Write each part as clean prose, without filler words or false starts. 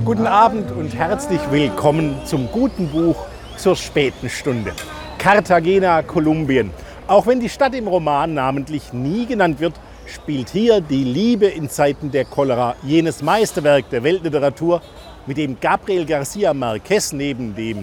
Guten Abend und herzlich willkommen zum guten Buch zur späten Stunde. Cartagena, Kolumbien. Auch wenn die Stadt im Roman namentlich nie genannt wird, spielt hier die Liebe in Zeiten der Cholera, jenes Meisterwerk der Weltliteratur, mit dem Gabriel García Márquez neben dem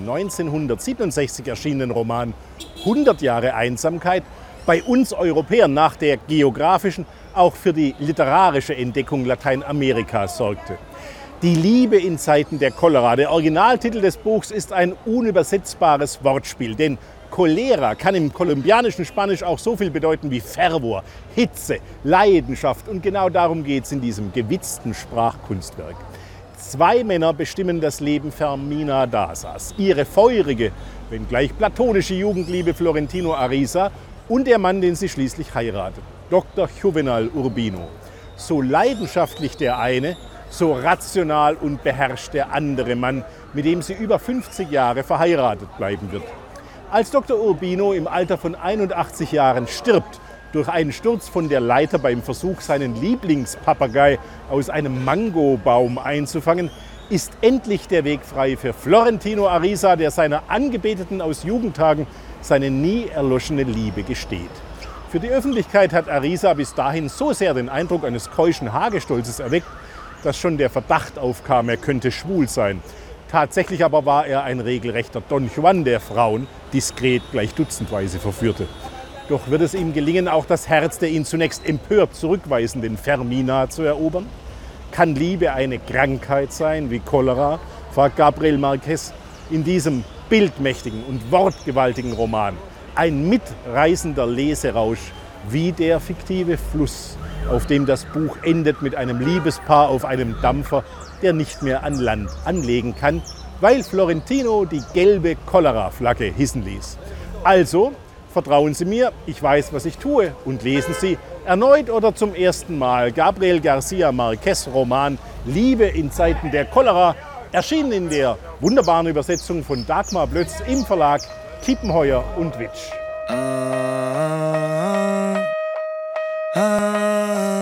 1967 erschienenen Roman 100 Jahre Einsamkeit bei uns Europäern nach der geografischen auch für die literarische Entdeckung Lateinamerikas sorgte. Die Liebe in Zeiten der Cholera. Der Originaltitel des Buchs ist ein unübersetzbares Wortspiel, denn Cholera kann im kolumbianischen Spanisch auch so viel bedeuten wie Fervor, Hitze, Leidenschaft, und genau darum geht es in diesem gewitzten Sprachkunstwerk. Zwei Männer bestimmen das Leben Fermina Dasas, ihre feurige, wenngleich platonische Jugendliebe Florentino Ariza und der Mann, den sie schließlich heiratet, Dr. Juvenal Urbino. So leidenschaftlich der eine, so rational und beherrscht der andere Mann, mit dem sie über 50 Jahre verheiratet bleiben wird. Als Dr. Urbino im Alter von 81 Jahren stirbt, durch einen Sturz von der Leiter beim Versuch, seinen Lieblingspapagei aus einem Mangobaum einzufangen, ist endlich der Weg frei für Florentino Ariza, der seiner Angebeteten aus Jugendtagen seine nie erloschene Liebe gesteht. Für die Öffentlichkeit hat Ariza bis dahin so sehr den Eindruck eines keuschen Hagestolzes erweckt, dass schon der Verdacht aufkam, er könnte schwul sein. Tatsächlich aber war er ein regelrechter Don Juan, der Frauen diskret gleich dutzendweise verführte. Doch wird es ihm gelingen, auch das Herz der ihn zunächst empört zurückweisenden Fermina zu erobern? Kann Liebe eine Krankheit sein wie Cholera, fragt Gabriel Márquez in diesem bildmächtigen und wortgewaltigen Roman. Ein mitreißender Leserausch wie der fiktive Fluss, auf dem das Buch endet mit einem Liebespaar auf einem Dampfer, der nicht mehr an Land anlegen kann, weil Florentino die gelbe Cholera-Flagge hissen ließ. Also vertrauen Sie mir, ich weiß, was ich tue, und lesen Sie erneut oder zum ersten Mal Gabriel García Márquez Roman Liebe in Zeiten der Cholera, erschienen in der wunderbaren Übersetzung von Dagmar Blötz im Verlag Kiepenheuer und Witsch.